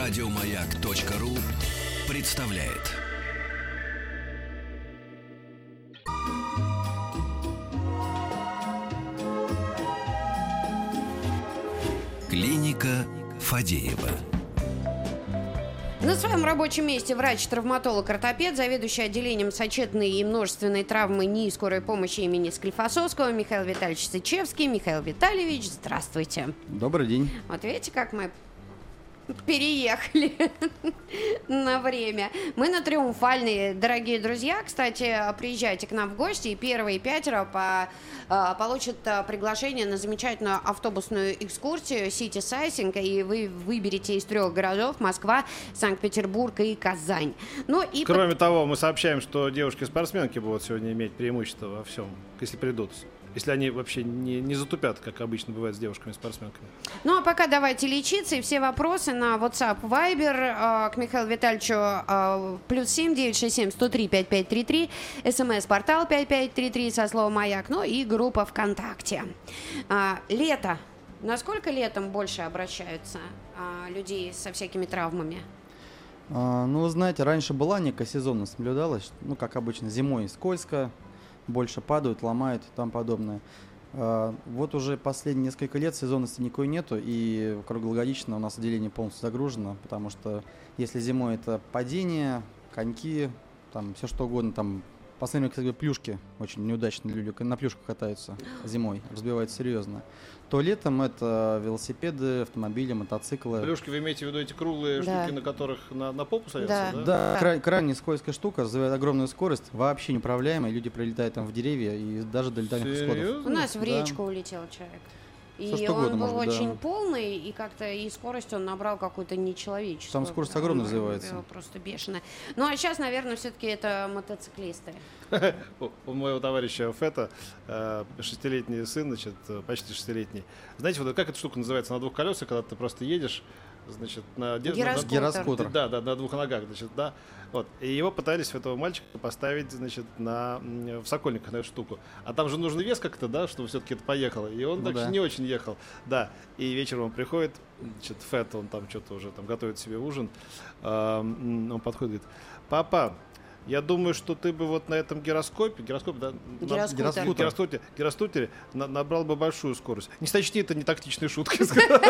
Радиомаяк.ру представляет. Клиника Фадеева. На своем рабочем месте врач-травматолог-ортопед, заведующий отделением сочетанной и множественной травмы НИИ скорой помощи имени Склифосовского Михаил Витальевич Сычевский. Михаил Витальевич, здравствуйте. Добрый день. Вот видите, как мы переехали на время. Мы на Триумфальной, дорогие друзья. Кстати, приезжайте к нам в гости, и первые 5 получат приглашение на замечательную автобусную экскурсию City Sizing, и вы выберете из 3 городов: Москва, Санкт-Петербург и Казань. Ну, и кроме того, мы сообщаем, что девушки-спортсменки будут сегодня иметь преимущество во всем, если придут. Если они вообще не затупят, как обычно бывает с девушками-спортсменками. Ну, а пока давайте лечиться. И все вопросы на WhatsApp, Viber к Михаилу Витальевичу +7 967 103 5533, СМС-портал 5533 со словом «Маяк», ну и группа ВКонтакте. Лето. Насколько летом больше обращаются людей со всякими травмами? Ну, вы знаете, раньше была некая сезонность, наблюдалась. Ну, как обычно, зимой скользко, больше падают, ломают и тому подобное. Вот уже последние несколько лет сезонности никакой нету, и круглогодично у нас отделение полностью загружено, потому что если зимой это падение, коньки, там все что угодно, там в последнее время, кстати, плюшки очень неудачные люди на плюшках катаются зимой, разбиваются серьезно, то летом это велосипеды, автомобили, мотоциклы. Плюшки вы имеете в виду эти круглые штуки, на которых на попу садятся, да? Да, крайне скользкая штука, развивает огромную скорость, вообще неуправляемая, люди прилетают там в деревья и даже до летальных исходов. У нас в речку улетел человек. И он был очень полный, и как-то и скорость он набрал какую-то нечеловеческую. Там скорость огромная развивается. Просто бешеная. Ну, а сейчас, наверное, все-таки это мотоциклисты. У моего товарища Фета 6-летний сын, значит, почти 6-летний. Знаете, вот как эта штука называется на 2 колесах, когда ты просто едешь, значит, на гироскутер. Да, на 2 ногах, значит, да. Вот. И его пытались, этого мальчика, поставить, значит, в Сокольниках на эту штуку. А там же нужен вес как-то, да, чтобы все-таки это поехало. И он не очень ехал. Да. И вечером он приходит, значит, Фет, он там что-то уже там готовит себе ужин. Он подходит и говорит: папа, я думаю, что ты бы вот на этом гироскутере набрал бы большую скорость. Не сочти, это не тактичные шутки.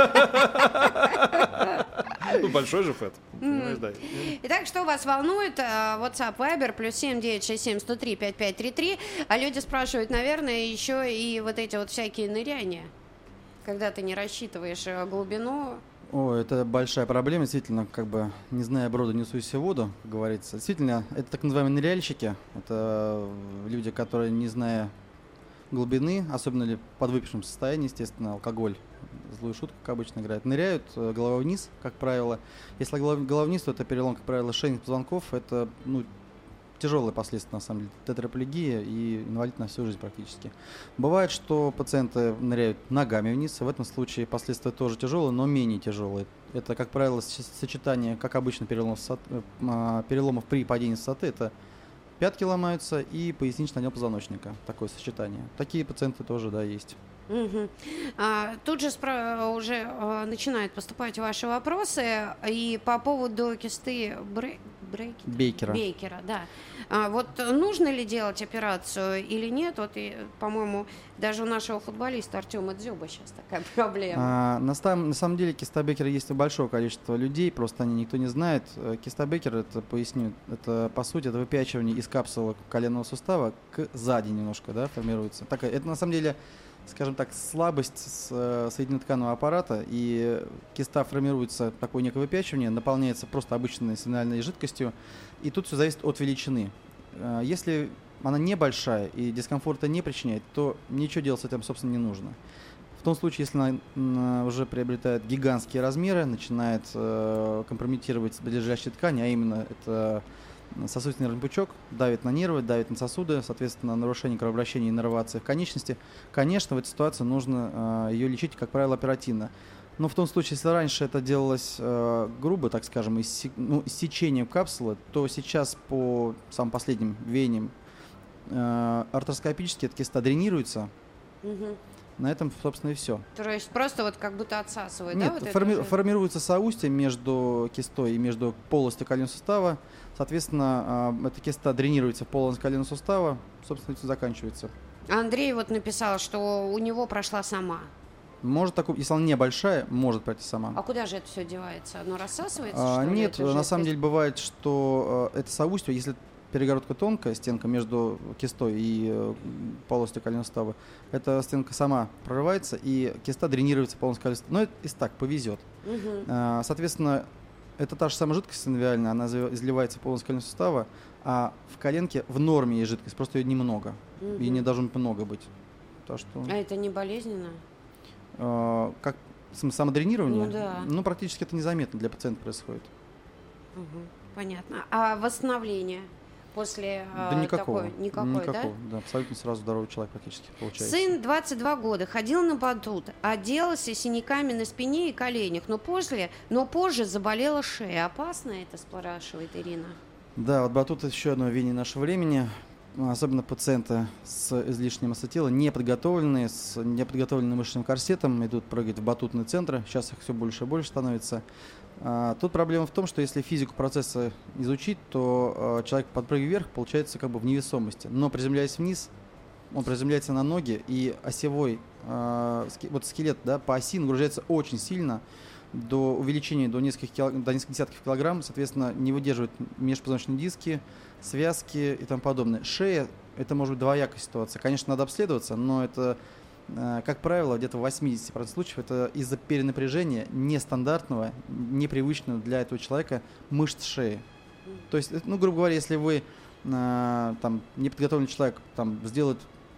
Ну, большой же Фет. Итак, что вас волнует? WhatsApp, Viber, +7 967 103 5533. А люди спрашивают, наверное, еще и вот эти вот всякие ныряния, когда ты не рассчитываешь глубину. О, это большая проблема, действительно, как бы, не зная брода, не суйся в воду, как говорится. Действительно, это так называемые ныряльщики, это люди, которые, не зная глубины, особенно ли в подвыпившем состоянии, естественно, алкоголь, злую шутку, как обычно играет, ныряют головой вниз, как правило. Если голова вниз, то это перелом, как правило, шейных позвонков, это, тяжелые последствия, на самом деле, тетраплекия и инвалид на всю жизнь практически. Бывает, что пациенты ныряют ногами вниз, в этом случае последствия тоже тяжелые, но менее тяжелые. Это, как правило, сочетание, как обычно, переломов при падении с высоты, это пятки ломаются и поясничный отдел позвоночника, такое сочетание. Такие пациенты тоже, да, есть. Угу. Тут же уже начинают поступать ваши вопросы, и по поводу кисты Бейкера, да. Вот нужно ли делать операцию или нет? Вот, по-моему, даже у нашего футболиста Артема Дзюба сейчас такая проблема. На самом деле киста Бейкера есть у большого количества людей, просто никто не знает. Киста Бейкера, это, поясню, это по сути это выпячивание из капсулы коленного сустава к сзади немножко, да, формируется. Это на самом деле, скажем так, слабость соединительно-тканного аппарата, и киста формируется, такое некое выпячивание, наполняется просто обычной синальной жидкостью, и тут все зависит от величины. Если она небольшая и дискомфорта не причиняет, то ничего делать с этим, собственно, не нужно. В том случае, если она уже приобретает гигантские размеры, начинает компрометировать близлежащие ткани, а именно это сосудистый нервный пучок, давит на нервы, давит на сосуды, соответственно, нарушение кровообращения и иннервации в конечности. Конечно, в этой ситуации нужно ее лечить, как правило, оперативно. Но в том случае, если раньше это делалось грубо, так скажем, иссечением капсулы, то сейчас по самым последним веяниям артроскопически эта киста дренируется, На этом, собственно, и все. То есть просто вот как будто отсасывает, Нет, да? Вот это уже? формируется соустье между кистой и между полостью коленного сустава. Соответственно, эта киста дренируется в полость коленного сустава, собственно, это заканчивается. Андрей вот написал, что у него прошла сама. Может такой, если она небольшая, может пройти сама. А куда же это все девается? Оно рассасывается, что ли? Нет, эта на жидкость? самом деле бывает, что это соустье, если перегородка тонкая, стенка между кистой и полостью коленного сустава, эта стенка сама прорывается, и киста дренируется полностью коленного сустава. Но это если так повезет. Соответственно, это та же самая жидкость синовиальная, она изливается в полость коленного сустава, а в коленке в норме есть жидкость, просто ее немного. И не должно много быть. Так что, А это не болезненно? как самодренирование, Ну да. ну, практически это незаметно для пациента происходит. Понятно. А восстановление после Да никакого. такой? Никакой, да? Абсолютно сразу здоровый человек практически получается. Сын 22 года, ходил на батут, отделался синяками на спине и коленях, но позже заболела шея. Опасно это, спрашивает Ирина? Да, вот батут — это еще одно веяние нашего времени. Особенно пациенты с излишней массой тела, неподготовленные, с неподготовленным мышечным корсетом, идут прыгать в батутные центры. Сейчас их все больше и больше становится. Тут проблема в том, что если физику процесса изучить, то человек, подпрыгивая вверх, получается как бы в невесомости. Но приземляясь вниз, он приземляется на ноги, и осевой вот скелет, да, по оси нагружается очень сильно, до увеличения до нескольких десятков килограмм, соответственно, не выдерживают межпозвоночные диски, связки и тому подобное. Шея — это может быть двоякая ситуация. Конечно, надо обследоваться, но это, как правило, где-то в 80% случаев это из-за перенапряжения нестандартного, непривычного для этого человека мышц шеи. То есть, ну, грубо говоря, если вы там, неподготовленный человек там, сделает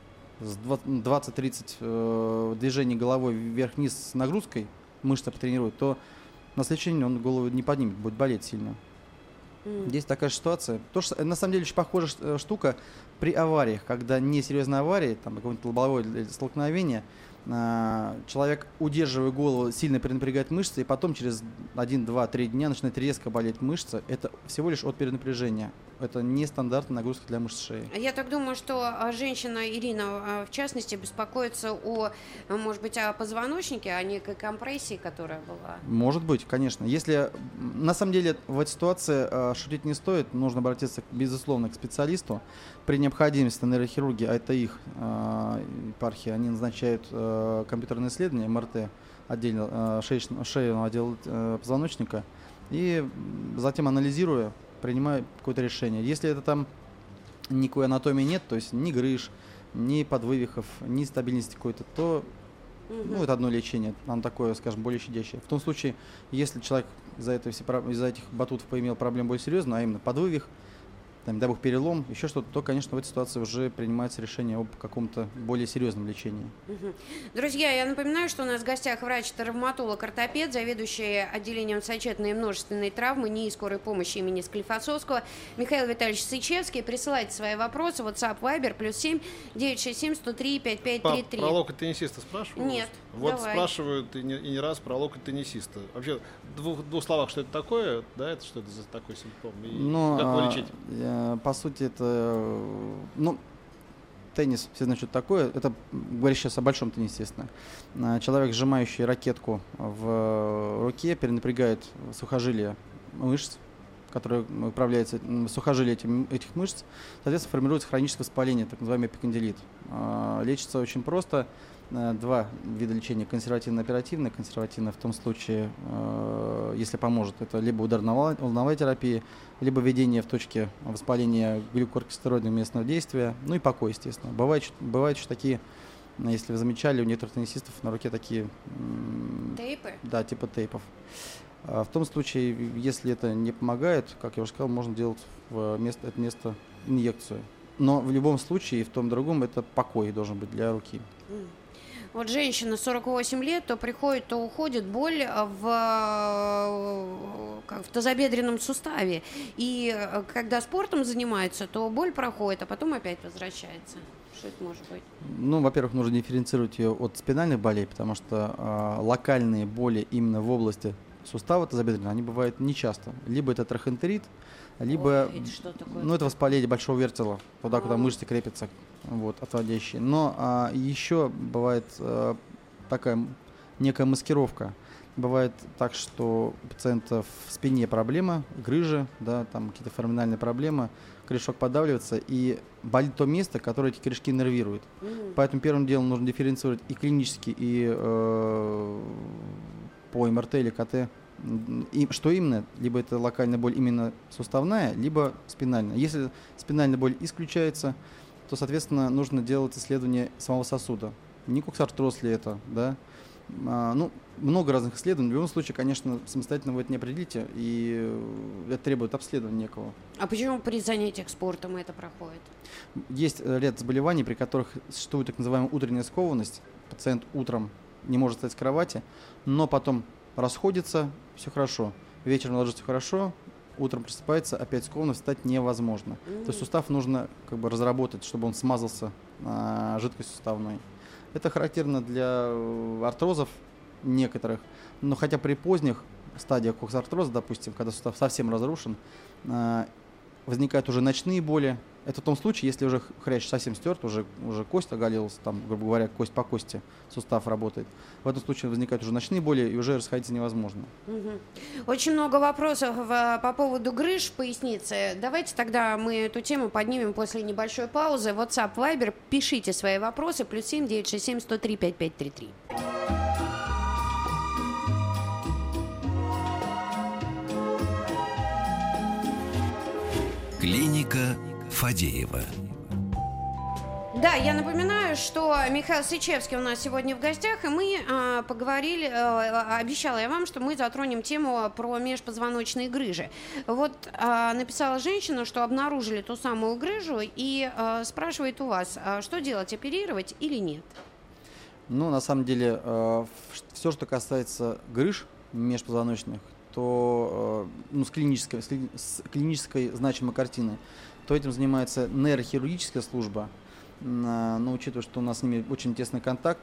20-30 движений головой вверх-вниз с нагрузкой, мышца потренирует, то на следующий день он голову не поднимет, будет болеть сильно. Есть такая ситуация. На самом деле очень похожая штука при авариях, когда не серьезная авария, там какое-нибудь лобовое столкновение, человек, удерживая голову, сильно перенапрягает мышцы, и потом через 1, 2, 3 дня начинает резко болеть мышца. Это всего лишь от перенапряжения. Это нестандартная нагрузка для мышц шеи. Я так думаю, что женщина Ирина, в частности, беспокоится может быть, о позвоночнике, а не о компрессии, которая была. Может быть, конечно. Если на самом деле в этой ситуации шутить не стоит, нужно обратиться, безусловно, к специалисту. При необходимости нейрохирурги, а это их епархия, они назначают компьютерное исследование, МРТ, отдельно шейного отдела позвоночника, и затем, анализируя, принимаю какое-то решение. Если это там никакой анатомии нет, то есть ни грыж, ни подвывихов, ни стабильности какой-то, то это одно лечение, оно такое, скажем, более щадящее. В том случае, если человек из-за этих батутов поимел проблем более серьезно, а именно подвывих, там, дай бог, перелом, еще что-то, то, конечно, в этой ситуации уже принимается решение об каком-то более серьезном лечении. Друзья, я напоминаю, что у нас в гостях врач-травматолог-ортопед, заведующий отделением сочетанной и множественной травмы НИИ скорой помощи имени Склифосовского Михаил Витальевич Сычевский. Присылайте свои вопросы. WhatsApp, Viber, +7 967 103 5533. Про локоть теннисиста спрашивают? Нет. Вот давай. Спрашивают и не раз про локоть теннисиста. Вообще, в двух словах, что это такое, да, это что это за такой симптом? И как его лечить? По сути, это, теннис, все знают, что это такое. Это, говорю сейчас о большом теннисе, естественно. Человек, сжимающий ракетку в руке, перенапрягает сухожилия мышц, которые управляются сухожилием этих мышц. Соответственно, формируется хроническое воспаление, так называемый эпикондилит. Лечится очень просто. Два вида лечения: консервативно-оперативное. Консервативно в том случае, если поможет, это либо ударно-волновая терапия, либо введение в точке воспаления глюкокортикостероидного местного действия, ну и покой, естественно. Бывают еще такие, если вы замечали, у некоторых теннисистов на руке такие... Тейпы? Да, типа тейпов. В том случае, если это не помогает, как я уже сказал, можно делать в это место инъекцию. Но в любом случае, и в том и другом, это покой должен быть для руки. Вот женщина 48 лет, то приходит, то уходит боль в тазобедренном суставе. И когда спортом занимается, то боль проходит, а потом опять возвращается. Что это может быть? Во-первых, нужно дифференцировать ее от спинальных болей, потому что локальные боли именно в области сустава тазобедренного, они бывают нечасто. Либо это трахентерит, либо это что такое? это воспаление большого вертела, туда, куда мышцы крепятся. вот, отводящие. Но еще бывает такая некая маскировка. Бывает так, что у пациента в спине проблема, грыжа, да, там какие-то феноменальные проблемы, корешок подавливается, и болит то место, которое эти корешки нервирует. Поэтому первым делом нужно дифференцировать и клинически, и по МРТ или КТ. И что именно? Либо это локальная боль именно суставная, либо спинальная. Если спинальная боль исключается, то, соответственно, нужно делать исследование самого сосуда. Не коксартроз ли это, да? Много разных исследований. В любом случае, конечно, самостоятельно вы это не определите, и это требует обследования некого. А почему при занятиях спортом это проходит? Есть ряд заболеваний, при которых существует так называемая утренняя скованность. Пациент утром не может встать с кровати, но потом расходится, все хорошо. Вечером ложится хорошо, утром просыпается, опять скованно, встать невозможно. То есть сустав нужно как бы разработать, чтобы он смазался жидкостью суставной. Это характерно для артрозов некоторых, но хотя при поздних стадиях коксартроза, допустим, когда сустав совсем разрушен, возникают уже ночные боли. Это в том случае, если уже хрящ совсем стерт, уже кость оголилась, там, грубо говоря, кость по кости, сустав работает. В этом случае возникают уже ночные боли, и уже расходиться невозможно. Очень много вопросов по поводу грыж в пояснице. Давайте тогда мы эту тему поднимем после небольшой паузы. WhatsApp, Viber, пишите свои вопросы. +7 967 103 5533. Клиника Фадеева. Да, я напоминаю, что Михаил Сычевский у нас сегодня в гостях, и мы поговорили, обещала я вам, что мы затронем тему про межпозвоночные грыжи. Вот написала женщина, что обнаружили ту самую грыжу, и спрашивает у вас, что делать, оперировать или нет? На самом деле, все, что касается грыж межпозвоночных, то с клинической значимой картины, то этим занимается нейрохирургическая служба. Но учитывая, что у нас с ними очень тесный контакт,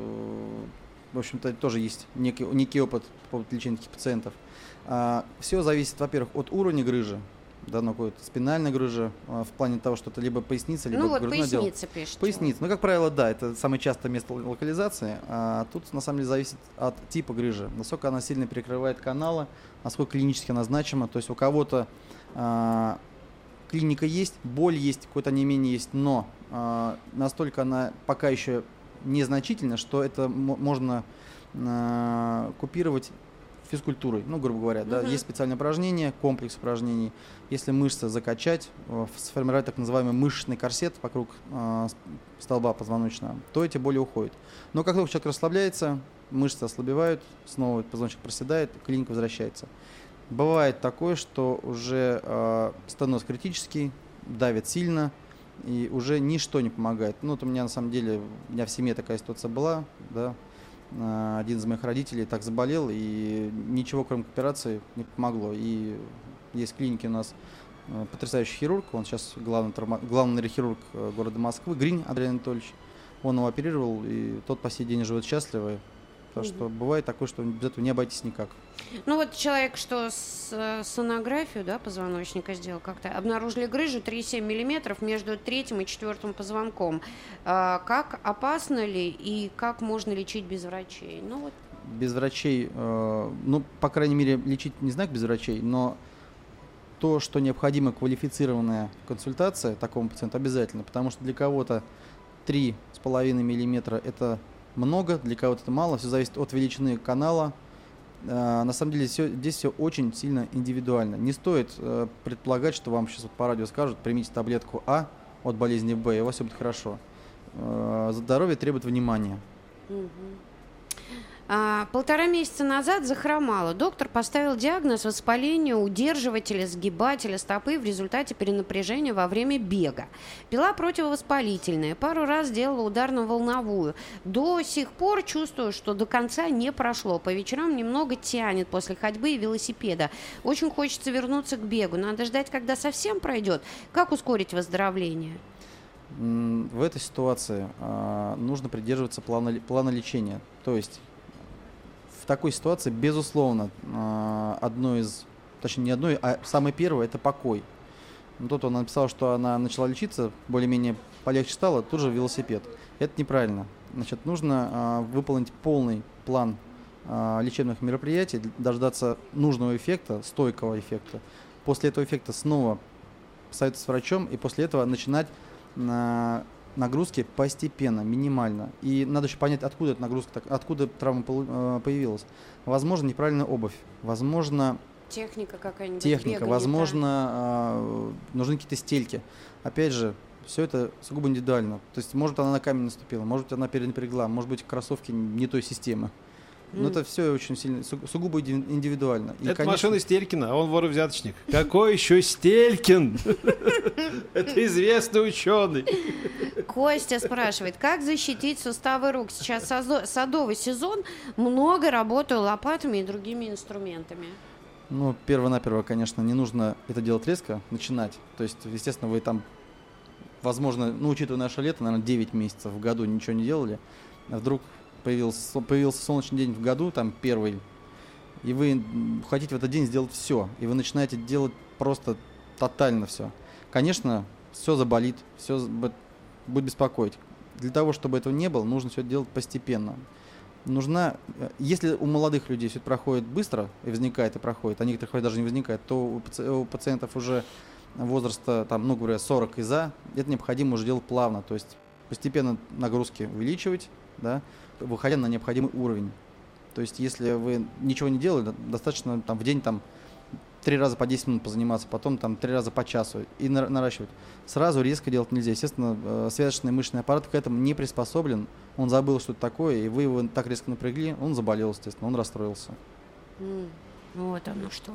в общем-то, тоже есть некий опыт по лечению таких пациентов. Все зависит, во-первых, от уровня грыжи, да, какой-то спинальная грыжа, в плане того, что это либо поясница, либо грудное отдел. Поясница пишите. Поясница. Как правило, да, это самое частое место локализации. Тут, на самом деле, зависит от типа грыжи. Насколько она сильно перекрывает каналы, насколько клинически она значима. То есть у кого-то клиника есть, боль есть, какое-то онемение есть, но настолько она пока еще незначительна, что это можно купировать физкультурой, грубо говоря. Да, есть специальные упражнения, комплекс упражнений. Если мышцы закачать, сформировать так называемый мышечный корсет вокруг столба позвоночного, то эти боли уходят. Но как только человек расслабляется, мышцы ослабевают, снова позвоночник проседает, клиника возвращается. Бывает такое, что уже стеноз критический, давит сильно, и уже ничто не помогает. У меня на самом деле, у меня в семье такая ситуация была, да. Один из моих родителей так заболел, и ничего, кроме операции, не помогло. И есть в клинике у нас потрясающий хирург, он сейчас главный нейрохирург города Москвы, Гринь Андрей Анатольевич. Он его оперировал, и тот по сей день живет счастливо. Так что бывает такое, что без этого не обойтись никак. Человек, что сонографию, да, позвоночника сделал как-то, обнаружили грыжу 3,7 мм между 3-м и 4-м позвонком. Как опасно ли и как можно лечить без врачей? Без врачей, по крайней мере, лечить не знаю без врачей, но то, что необходима квалифицированная консультация такому пациенту, обязательно, потому что для кого-то 3,5 мм это много, для кого-то это мало, все зависит от величины канала. На самом деле здесь все очень сильно индивидуально. Не стоит предполагать, что вам сейчас по радио скажут, примите таблетку А от болезни Б, и у вас все будет хорошо. Здоровье требует внимания. 1,5 месяца назад захромала. Доктор поставил диагноз воспаления удерживателя, сгибателя стопы в результате перенапряжения во время бега. Пила противовоспалительная. Пару раз делала ударно-волновую. До сих пор чувствую, что до конца не прошло. По вечерам немного тянет после ходьбы и велосипеда. Очень хочется вернуться к бегу. Надо ждать, когда совсем пройдет. Как ускорить выздоровление? В этой ситуации нужно придерживаться плана лечения. То есть в такой ситуации, безусловно, самое первое – это покой. Тут он написал, что она начала лечиться более-менее полегче стало, тут же велосипед. Это неправильно. Значит, нужно выполнить полный план лечебных мероприятий, дождаться нужного эффекта, стойкого эффекта. После этого эффекта снова советоваться с врачом, и после этого начинать нагрузки постепенно, минимально. И надо еще понять, откуда эта нагрузка, откуда травма появилась. Возможно, неправильная обувь, возможно, техника какая-нибудь. Техника, возможно, нужны какие-то стельки. Опять же, все это сугубо индивидуально. То есть, может, она на камень наступила, может, она перенапрягла, может быть, кроссовки не той системы. Но это все очень сильно, сугубо индивидуально. И, это конечно, машина Стелькина, а он вор-взяточник. Какой еще Стелькин? Это известный ученый. Костя спрашивает, как защитить суставы рук? Сейчас садовый сезон, много работаю лопатами и другими инструментами. Ну, перво-наперво, конечно, не нужно это делать резко, начинать. То есть, естественно, вы там, возможно, учитывая наше лето, наверное, 9 месяцев в году ничего не делали, а вдруг появился солнечный день в году, там первый, и вы хотите в этот день сделать все, и вы начинаете делать просто тотально все. Конечно, все заболит, все будет беспокоить. Для того, чтобы этого не было, нужно все делать постепенно. Если у молодых людей все это проходит быстро, и возникает, и проходит, а некоторых даже не возникает, то у пациентов уже возраста, там, 40 и за, это необходимо уже делать плавно, то есть постепенно нагрузки увеличивать, да, выходя на необходимый уровень. То есть, если вы ничего не делали, достаточно в день 3 раза по 10 минут позаниматься, потом 3 раза по часу и наращивать. Сразу резко делать нельзя. Естественно, связочный мышечный аппарат к этому не приспособлен. Он забыл, что это такое, и вы его так резко напрягли, он заболел, естественно, он расстроился. Вот оно что.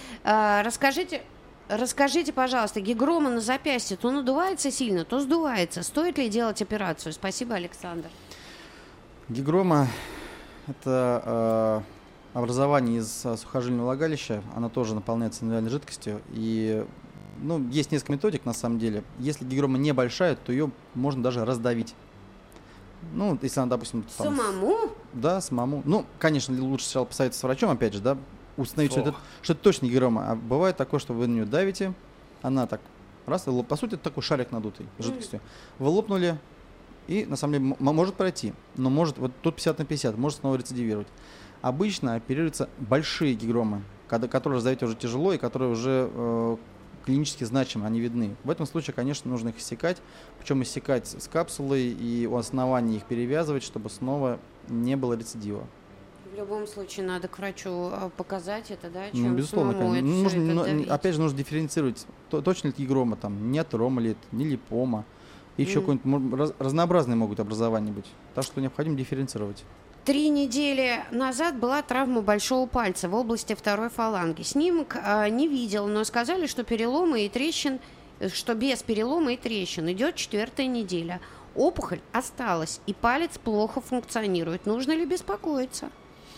Расскажите, пожалуйста, гигрома на запястье то надувается сильно, то сдувается. Стоит ли делать операцию? Спасибо, Александр. Гигрома – это образование из сухожильного влагалища, оно тоже наполняется минеральной жидкостью. И есть несколько методик на самом деле. Если гигрома небольшая, то ее можно даже раздавить. Если она, допустим… Самому? Да, самому. Конечно, лучше сначала посоветоваться с врачом, опять же, да, установить, что это точно гигрома. А бывает такое, что вы на нее давите, она так, раз, по сути, это такой шарик надутый жидкостью. Вы лопнули, и на самом деле может пройти, но может, вот тут 50 на 50, может снова рецидивировать. Обычно оперируются большие гигромы, которые раздавить уже тяжело и которые уже клинически значимы, они видны. В этом случае, конечно, нужно их иссекать, причем иссекать с капсулой и у основания их перевязывать, чтобы снова не было рецидива. В любом случае надо к врачу показать это, да? Безусловно, опять же, нужно дифференцировать, точно ли это гигрома, нет рома ли это, не липома. И еще какие-нибудь разнообразные могут образования быть. Так что необходимо дифференцировать. 3 недели назад была травма большого пальца в области второй фаланги. Снимок не видел, но сказали, что переломы и трещин, что без перелома и трещин идет 4-я неделя. Опухоль осталась, и палец плохо функционирует. Нужно ли беспокоиться?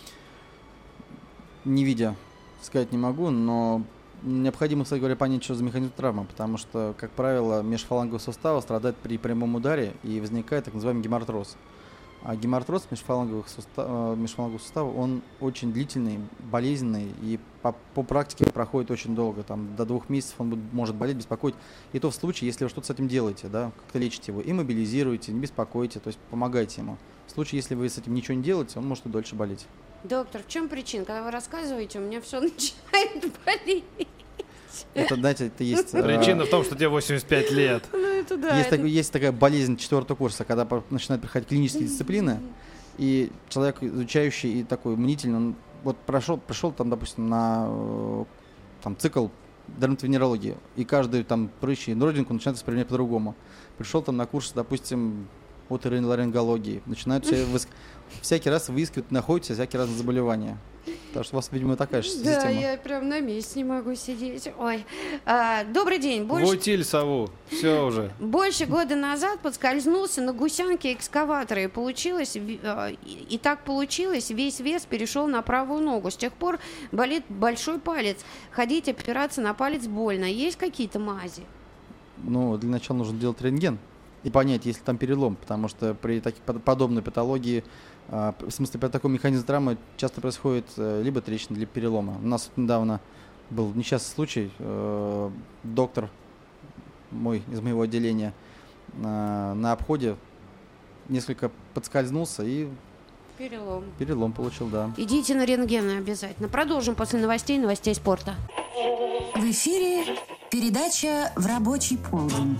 Не видя, сказать не могу, но необходимо, кстати говоря, понять, что за механизм травмы, потому что, как правило, межфаланговый сустав страдает при прямом ударе и возникает так называемый гемартроз. А гемартроз межфалангового сустава, он очень длительный, болезненный, и по практике проходит очень долго, до 2 месяцев он может болеть, беспокоить. И то в случае, если вы что-то с этим делаете, да, как-то лечите его, иммобилизируете, не беспокойте, то есть помогайте ему. В случае, если вы с этим ничего не делаете, он может и дольше болеть. Доктор, в чем причина? Когда вы рассказываете, у меня все начинает болеть. Это, знаете, это есть… Причина в том, что тебе 85 лет. Есть такая болезнь 4-го курса, когда начинают приходить клинические дисциплины, и человек, изучающий и такой мнительный, он вот пришел там, допустим, на цикл дерматовенерологии, и каждый прыщ и родинку начинает воспринимать по-другому. Пришел там на курс, допустим, оториноларингологии, начинают всякий раз выискивать, находятся всякие разные заболевания. Потому что у вас, видимо, такая же система. Да, я прям на месте не могу сидеть. Ой. Добрый день. В утиль сову. Все уже. Больше года назад подскользнулся на гусянке экскаватора, и так получилось, весь вес перешел на правую ногу. С тех пор болит большой палец. Ходить, опираться на палец больно. Есть какие-то мази? Для начала нужно делать рентген и понять, есть ли там перелом, потому что при подобной патологии, в смысле, при таком механизме травмы часто происходит либо трещина, либо перелома. У нас недавно был несчастный случай, доктор из моего отделения на обходе несколько подскользнулся и перелом получил, да. Идите на рентген обязательно. Продолжим после новостей спорта. В эфире передача «В рабочий полдень».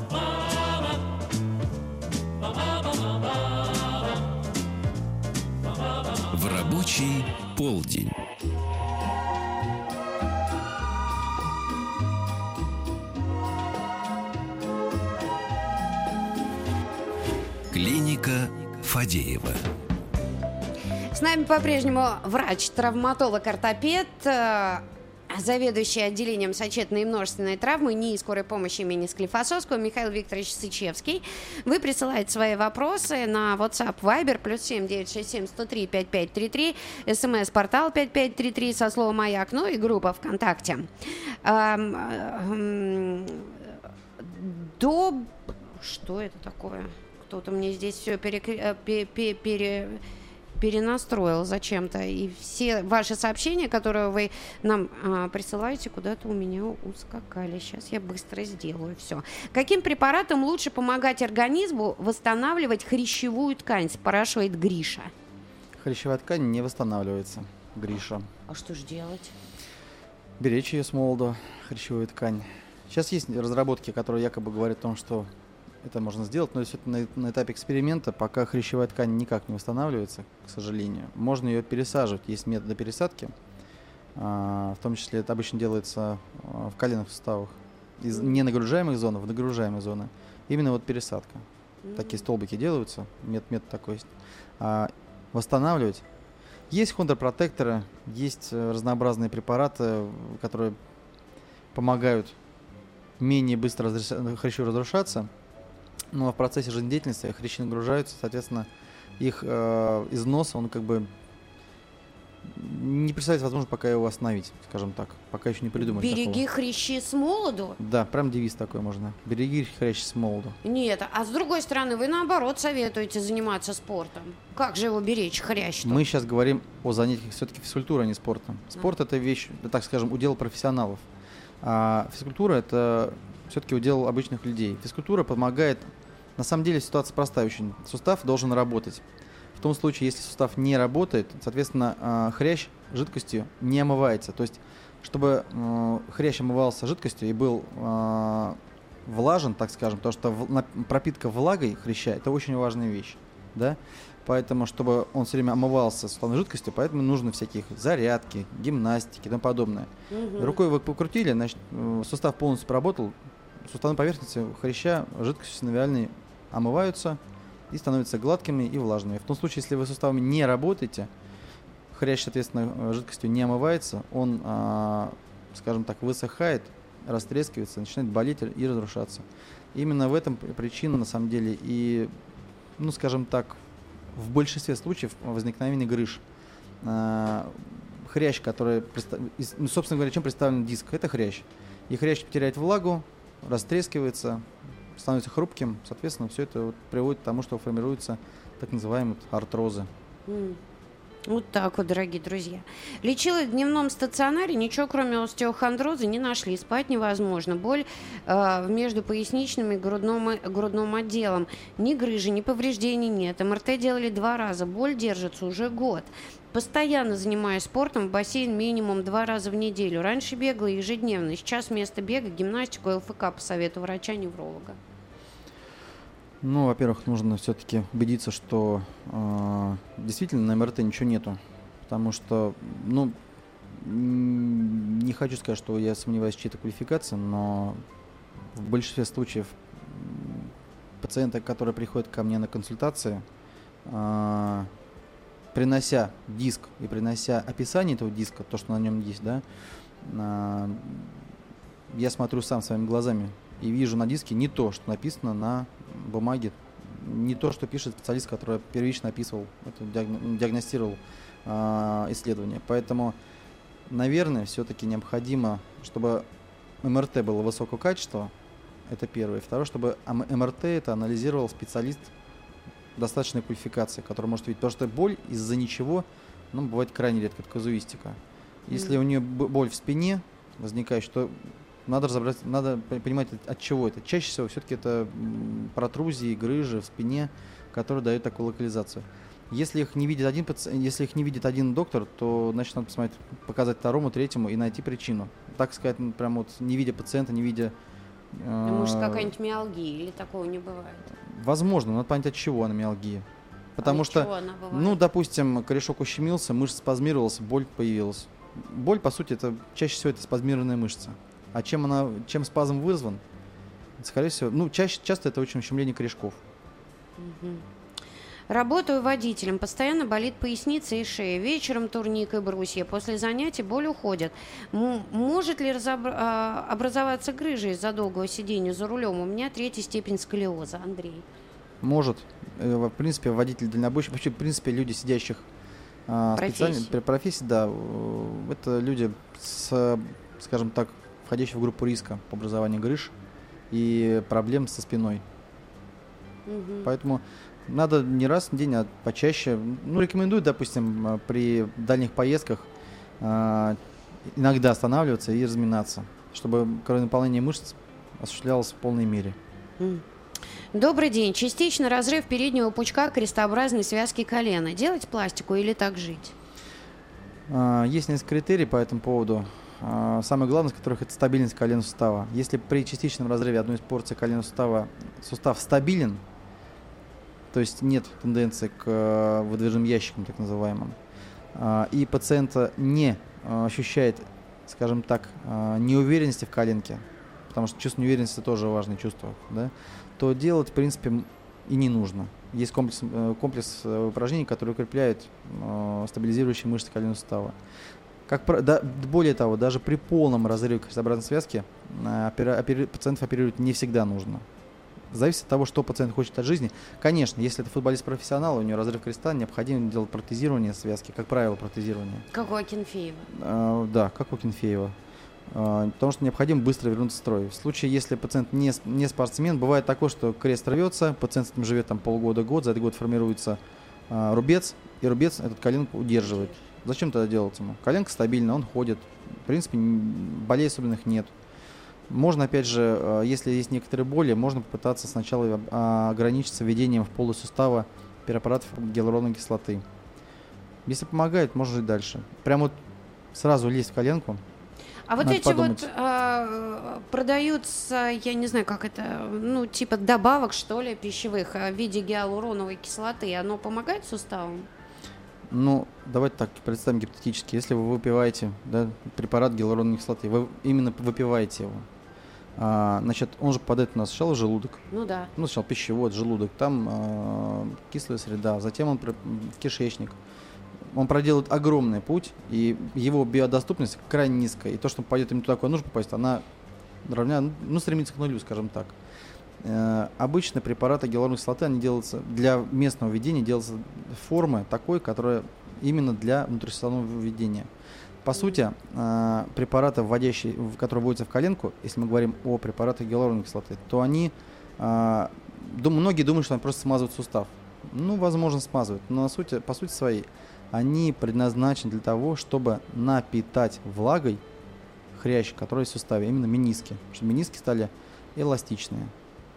В рабочий полдень. Клиника Фадеева. С нами по-прежнему врач-травматолог-ортопед, заведующий отделением сочетанной и множественной травмы НИИ скорой помощи имени Склифосовского Михаил Викторович Сычевский. Вы присылаете свои вопросы на WhatsApp Viber +7 967 103 5533, СМС-портал 5533 со словом «Маяк», ну и группа ВКонтакте. Что это такое? Кто-то мне здесь все перенастроил зачем-то. И все ваши сообщения, которые вы нам присылаете, куда-то у меня ускакали. Сейчас я быстро сделаю все. Каким препаратом лучше помогать организму восстанавливать хрящевую ткань, спрашивает Гриша. Хрящевая ткань не восстанавливается, Гриша. А что же делать? Беречь ее с молоду, хрящевую ткань. Сейчас есть разработки, которые якобы говорят о том, что это можно сделать, но это на этапе эксперимента, пока хрящевая ткань никак не восстанавливается, к сожалению. Можно ее пересаживать, есть методы пересадки, в том числе это обычно делается в коленных суставах, из ненагружаемых зон в нагружаемые зоны. Именно вот пересадка. Такие столбики делаются, метод такой есть. Восстанавливать. Есть хондропротекторы, есть разнообразные препараты, которые помогают менее быстро хрящу разрушаться. Но в процессе жизнедеятельности хрящи нагружаются, соответственно, их износ, он как бы не представляет возможность пока его остановить, скажем так. Пока еще не придумали Береги такого. хрящи с молоду? Да, прям девиз такой можно. Береги хрящи с молоду. Нет, а с другой стороны, вы наоборот советуете заниматься спортом. Как же его беречь, хрящ-то? Мы сейчас говорим о занятиях все-таки физкультурой, а не спортом. Спорт это вещь, так скажем, удел профессионалов. А физкультура это все-таки удел обычных людей. Физкультура помогает. На самом деле ситуация простая очень. Сустав должен работать. В том случае, если сустав не работает, соответственно, хрящ жидкостью не омывается. То есть, чтобы хрящ омывался жидкостью и был влажен, так скажем, потому что пропитка влагой хряща – это очень важная вещь. Да? Поэтому, чтобы он все время омывался суставной жидкостью, поэтому нужны всякие зарядки, гимнастики и тому подобное. Рукой вы покрутили, значит, сустав полностью поработал, суставные поверхности хряща жидкостью синовиальной омываются и становятся гладкими и влажными. В том случае, если вы суставами не работаете, хрящ, соответственно, жидкостью не омывается, он, скажем так, высыхает, растрескивается, начинает болеть и разрушаться. Именно в этом причина, на самом деле, и, ну, скажем так, в большинстве случаев возникновения грыж. Хрящ, который, собственно говоря, чем представлен диск? Это хрящ. И хрящ теряет влагу, растрескивается, становится хрупким, соответственно, все это приводит к тому, что формируются так называемые артрозы. Вот так вот, дорогие друзья. Лечила в дневном стационаре, ничего кроме остеохондроза не нашли. Спать невозможно. Боль между поясничным и грудным отделом. Ни грыжи, ни повреждений нет. МРТ делали 2 раза. Боль держится уже год. Постоянно занимаюсь спортом, в бассейн минимум 2 раза в неделю. Раньше бегала ежедневно. Сейчас вместо бега гимнастику, ЛФК по совету врача-невролога. Ну, во-первых, нужно все-таки убедиться, что действительно на МРТ ничего нету. Потому что, ну, не хочу сказать, что я сомневаюсь в чьей-то квалификации, но в большинстве случаев пациенты, которые приходят ко мне на консультации, принося диск и принося описание этого диска, то, что на нем есть, да, я смотрю сам своими глазами и вижу на диске не то, что написано на бумаге, не то, что пишет специалист, который первично описывал, диагностировал исследование. Поэтому, наверное, все-таки необходимо, чтобы МРТ было высокого качества, это первое. Второе, чтобы МРТ это анализировал специалист достаточной квалификации, который может видеть. Потому что боль из-за ничего, ну, бывает крайне редко, это казуистика. Если у нее боль в спине возникает, что надо разобрать, надо понимать, от чего это. Чаще всего все-таки это протрузии, грыжи в спине, которые дают такую локализацию. Если их не видит один доктор, то, значит, надо посмотреть, показать второму, третьему и найти причину. Так сказать, прям вот не видя пациента, не видя... Может, какая-нибудь миалгия или такого не бывает? Возможно, надо понять, от чего она миалгия. Потому что, допустим, корешок ущемился, мышца спазмировалась, боль появилась. Боль, по сути, это чаще всего это спазмированная мышца. А чем спазм вызван, скорее всего, часто это очень ущемление корешков. Угу. Работаю водителем, постоянно болит поясница и шея. Вечером турник и брусья. После занятий боль уходит. Может ли образоваться грыжа из-за долгого сидения за рулем? У меня 3-я степень сколиоза. Андрей. Может. В принципе, водитель дальнобойщик, вообще, в принципе, люди, сидящих специально профессии, да, это люди скажем так, входящие в группу риска по образованию грыж и проблем со спиной. Угу. Поэтому надо не раз в день, а почаще. Рекомендуют, допустим, при дальних поездках иногда останавливаться и разминаться, чтобы кровонаполнение мышц осуществлялось в полной мере. Добрый день. Частичный разрыв переднего пучка крестообразной связки колена. Делать пластику или так жить? Есть несколько критериев по этому поводу. Самое главное из которых это стабильность коленного сустава. Если при частичном разрыве одной из порций коленного сустава сустав стабилен, то есть нет тенденции к выдвижным ящикам, так называемым, и пациента не ощущает, скажем так, неуверенности в коленке, потому что чувство неуверенности тоже важное чувство, да, то делать, в принципе, и не нужно. Есть комплекс упражнений, которые укрепляют стабилизирующие мышцы коленного сустава. Более того, даже при полном разрыве крестообразной связки пациентов оперировать не всегда нужно. Зависит от того, что пациент хочет от жизни. Конечно, если это футболист-профессионал, у него разрыв креста, необходимо делать протезирование связки, как правило, протезирование. Как у Акинфеева. Да, как у Акинфеева. Потому что необходимо быстро вернуться в строй. В случае, если пациент не спортсмен, бывает такое, что крест рвется, пациент с этим живет полгода-год, за этот год формируется рубец, и рубец этот коленку удерживает. Зачем тогда делать ему? Коленка стабильна, он ходит. В принципе, болей особенных нет. Можно, опять же, если есть некоторые боли, можно попытаться сначала ограничиться введением в полость сустава препаратов гиалуроновой кислоты. Если помогает, можно жить дальше. Прям вот сразу лезть в коленку. А вот эти подумать. Продаются, я не знаю, как это, типа добавок, что ли, пищевых в виде гиалуроновой кислоты. Оно помогает суставам? Давайте так представим гипотетически. Если вы выпиваете препарат гиалуроновой кислоты, вы именно выпиваете его, значит, он же попадает у нас сначала в желудок. Да. Сначала пищевод, желудок, там кислая среда, затем он в кишечник. Он проделает огромный путь, и его биодоступность крайне низкая. И то, что попадет ему туда, куда нужно попасть, она стремится к нулю, скажем так. Обычно препараты гиалуроновой кислоты, они делаются для местного введения, делаются формы такой, которая именно для внутрисуставного введения. По сути, препараты, которые вводятся в коленку, если мы говорим о препаратах гиалуроновой кислоты, то они, многие думают, что они просто смазывают сустав. Возможно, смазывают, но по сути своей они предназначены для того, чтобы напитать влагой хрящ, который есть в суставе, именно мениски, чтобы мениски стали эластичные.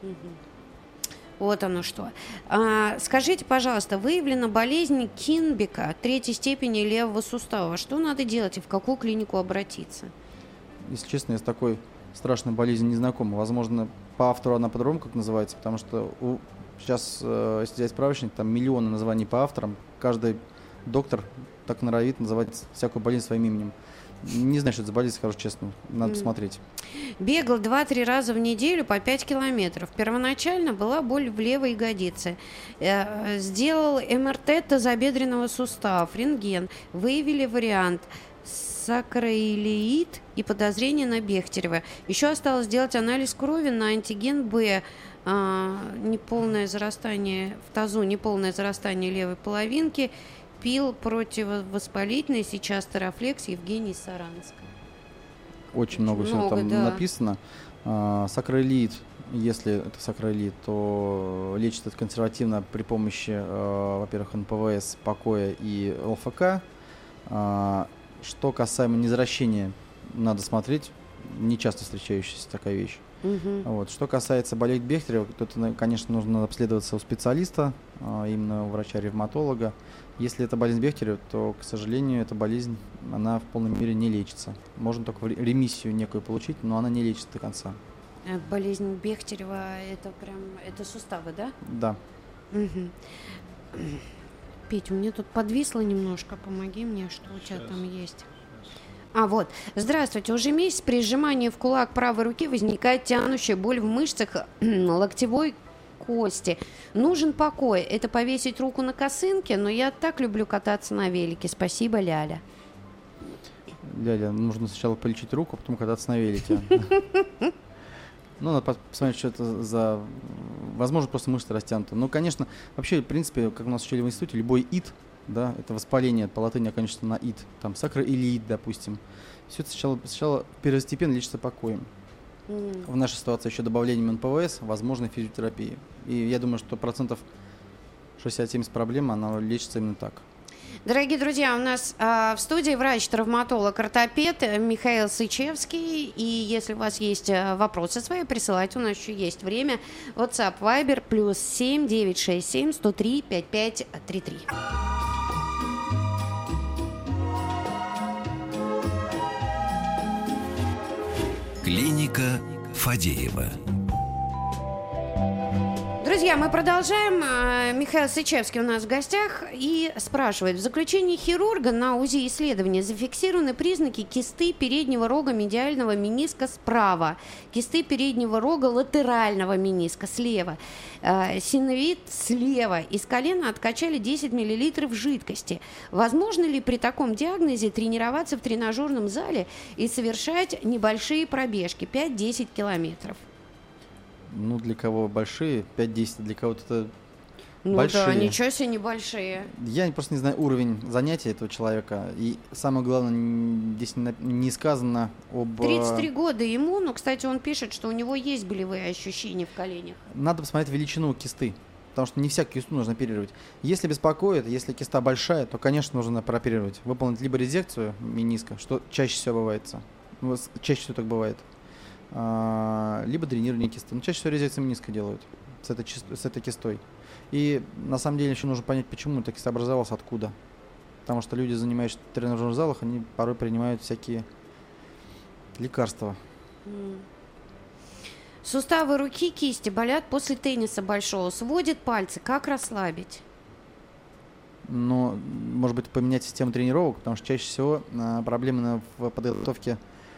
Вот оно что. Скажите, пожалуйста, выявлена болезнь Кинбека 3-й степени левого сустава. Что надо делать и в какую клинику обратиться? Если честно, я с такой страшной болезнью не знаком. Возможно, по автору она по-другому как называется, потому что сейчас, если взять справочник, там миллионы названий по авторам. Каждый доктор так норовит называть всякую болезнь своим именем. Не знаю, что это за болезнь, скажу честно. Надо посмотреть. Бегал 2-3 раза в неделю по 5 километров. Первоначально была боль в левой ягодице. Сделал МРТ тазобедренного сустава, рентген. Выявили вариант сакроилеид и подозрение на Бехтерева. Еще осталось сделать анализ крови на антиген Б. Неполное зарастание в тазу, неполное зарастание левой половинки. Пил противовоспалительный, сейчас Терафлекс, Евгений Саранск. Очень много всего там написано. Сакроилеид, если это сакроилеид, то лечит это консервативно при помощи, во-первых, НПВС, покоя и ЛФК. Что касаемо незвращения, надо смотреть не часто встречающаяся такая вещь. Мгм. Вот. Что касается болезнь Бехтерева, то это, конечно, нужно обследоваться у специалиста, именно у врача-ревматолога. Если это болезнь Бехтерева, то, к сожалению, эта болезнь, она в полной мере не лечится. Можно только ремиссию некую получить, но она не лечится до конца. Болезнь Бехтерева, это суставы, да? Да. Мгм. Петь, у меня тут подвисло немножко, помоги мне, что у тебя там есть. Вот. Здравствуйте. Уже месяц при сжимании в кулак правой руки возникает тянущая боль в мышцах локтевой кости. Нужен покой. Это повесить руку на косынке, но я так люблю кататься на велике. Спасибо, Ляля. Ляля, нужно сначала полечить руку, а потом кататься на велике. Ну, надо посмотреть, что это за... Возможно, просто мышцы растянуты. Ну, конечно, вообще, в принципе, как у нас учили в институте, любой ит, да, это воспаление по латыни окончательно на ит, там сакроилиит, допустим. Все это сначала первостепенно лечится покоем. В нашей ситуации еще добавлением НПВС, возможно, физиотерапии. И я думаю, что 60-70% проблем, она лечится именно так. Дорогие друзья, у нас в студии врач-травматолог, ортопед Михаил Сычевский. И если у вас есть вопросы свои, присылайте, у нас еще есть время. WhatsApp, Viber, +7 967 103 5533. Клиника Фадеева. Друзья, мы продолжаем. Михаил Сычевский у нас в гостях и спрашивает. В заключении хирурга на УЗИ исследования зафиксированы признаки кисты переднего рога медиального мениска справа, кисты переднего рога латерального мениска слева, синовит слева. Из колена откачали 10 мл жидкости. Возможно ли при таком диагнозе тренироваться в тренажерном зале и совершать небольшие пробежки 5-10 километров? Ну, для кого большие, 5-10, для кого-то это Ну большие. да, ничего себе небольшие. Я просто не знаю уровень занятий этого человека. И самое главное, здесь не сказано об... 33 года ему, но, кстати, он пишет, что у него есть болевые ощущения в коленях. Надо посмотреть величину кисты, потому что не всякую кисту нужно оперировать. Если беспокоит, если киста большая, то, конечно, нужно прооперировать. Выполнить либо резекцию мениска, что чаще всего бывает. Чаще всего так бывает. Либо дренирование кисты. Но чаще всего резекцию мениска делают с этой кистой. И на самом деле еще нужно понять, почему эта киста образовалась, откуда. Потому что люди, занимающиеся в тренажерных залах, они порой принимают всякие лекарства. Суставы руки, кисти болят после тенниса большого. Сводит пальцы. Как расслабить? Но, может быть, поменять систему тренировок, потому что чаще всего проблемы в подготовке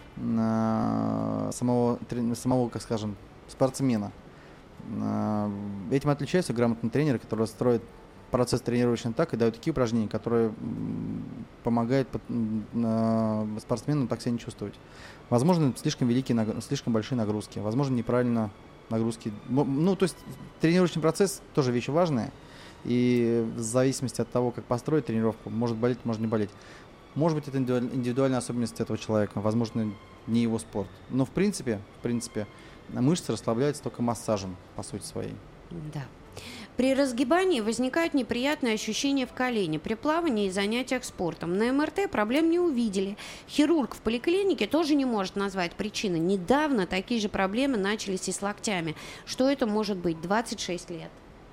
самого, как скажем, спортсмена. Этим отличаются грамотные тренеры, которые строят процесс тренировочный так и дают такие упражнения, которые помогают спортсмену так себя не чувствовать. Возможно, слишком большие нагрузки, возможно, неправильно нагрузки. Ну, то есть тренировочный процесс тоже вещь важная, и в зависимости от того, как построить тренировку, может болеть, может не болеть. Может быть, это индивидуальная особенность этого человека, возможно, не его спорт. Но в принципе, мышцы расслабляются только массажем, по сути своей. Да. При разгибании возникают неприятные ощущения в колене. При плавании и занятиях спортом. На МРТ проблем не увидели. Хирург в поликлинике тоже не может назвать причины. Недавно такие же проблемы начались и с локтями. Что это может быть? 26 лет.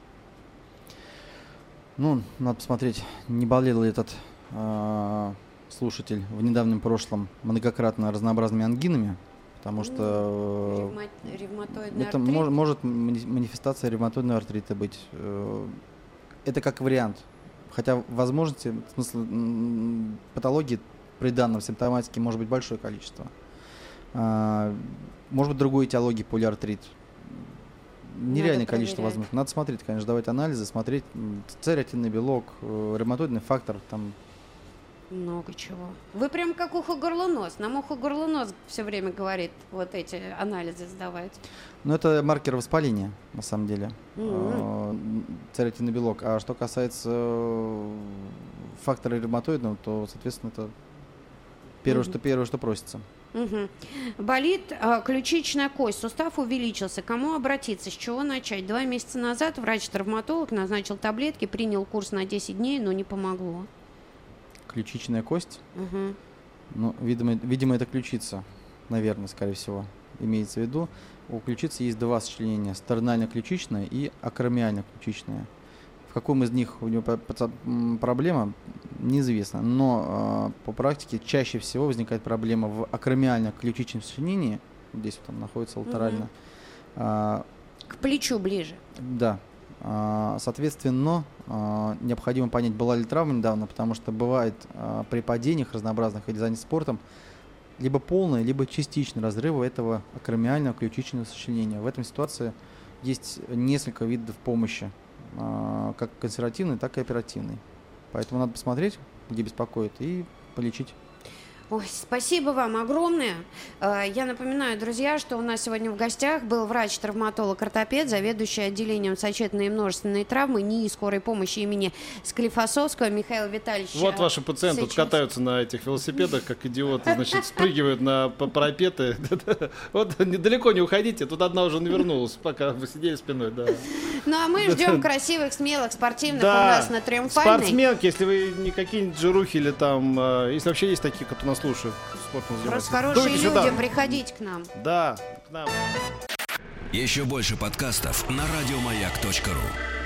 Ну, надо посмотреть, не болел ли этот слушатель в недавнем прошлом многократно разнообразными ангинами, потому что ревматоидный это артрит? может манифестация ревматоидного артрита быть. Это как вариант. Хотя возможности, смысл патологии при данном симптоматике может быть большое количество. Может быть, другой этиологии полиартрит. Нереальное количество возможностей. Надо смотреть, конечно, давать анализы, смотреть C-реактивный белок, ревматоидный фактор, там много чего. Вы прям как ухо-горло-нос. Нам ухо-горло-нос все время говорит вот эти анализы сдавать. Ну, это маркер воспаления, на самом деле. C-реактивный белок. А что касается фактора ревматоидного, то, соответственно, это первое, что просится. Болит ключичная кость, сустав увеличился. Кому обратиться, с чего начать? 2 месяца назад врач-травматолог назначил таблетки, принял курс на 10 дней, но не помогло. Ключичная кость? Ну, видимо, это ключица. наверное, скорее всего, имеется в виду. У ключицы есть два сочленения: стернально-ключичное и акромиально-ключичное. В каком из них у него проблема, неизвестно. Но по практике чаще всего возникает проблема в акромиально-ключичном сочленении. Здесь вот он находится латерально. К плечу ближе. Да. Соответственно, необходимо понять, была ли травма недавно, потому что бывает при падениях разнообразных или занятиях спортом либо полное, либо частичное разрывы этого акромиального ключичного сочленения. В этом ситуации есть несколько видов помощи, как консервативной, так и оперативной. Поэтому надо посмотреть, где беспокоит, и полечить. Ой, спасибо вам огромное. Я напоминаю, друзья, что у нас сегодня в гостях был врач-травматолог-ортопед, заведующий отделением сочетанной и множественной травмы НИИ скорой помощи имени Склифосовского Михаил Витальевич. Вот ваши пациенты тут катаются на этих велосипедах, как идиоты, значит, спрыгивают на парапеты. Вот недалеко не уходите, тут одна уже навернулась, пока вы сидели спиной, да. Ну, а мы ждем красивых, смелых, спортивных у нас на Триумфальной. Спортсменки, если вы не какие-нибудь жирухи или там, если вообще есть такие, которые нас слушают, спортом занимаются. Просто хорошие люди, приходите к нам. Да, к нам. Еще больше подкастов на радиомаяк.ру.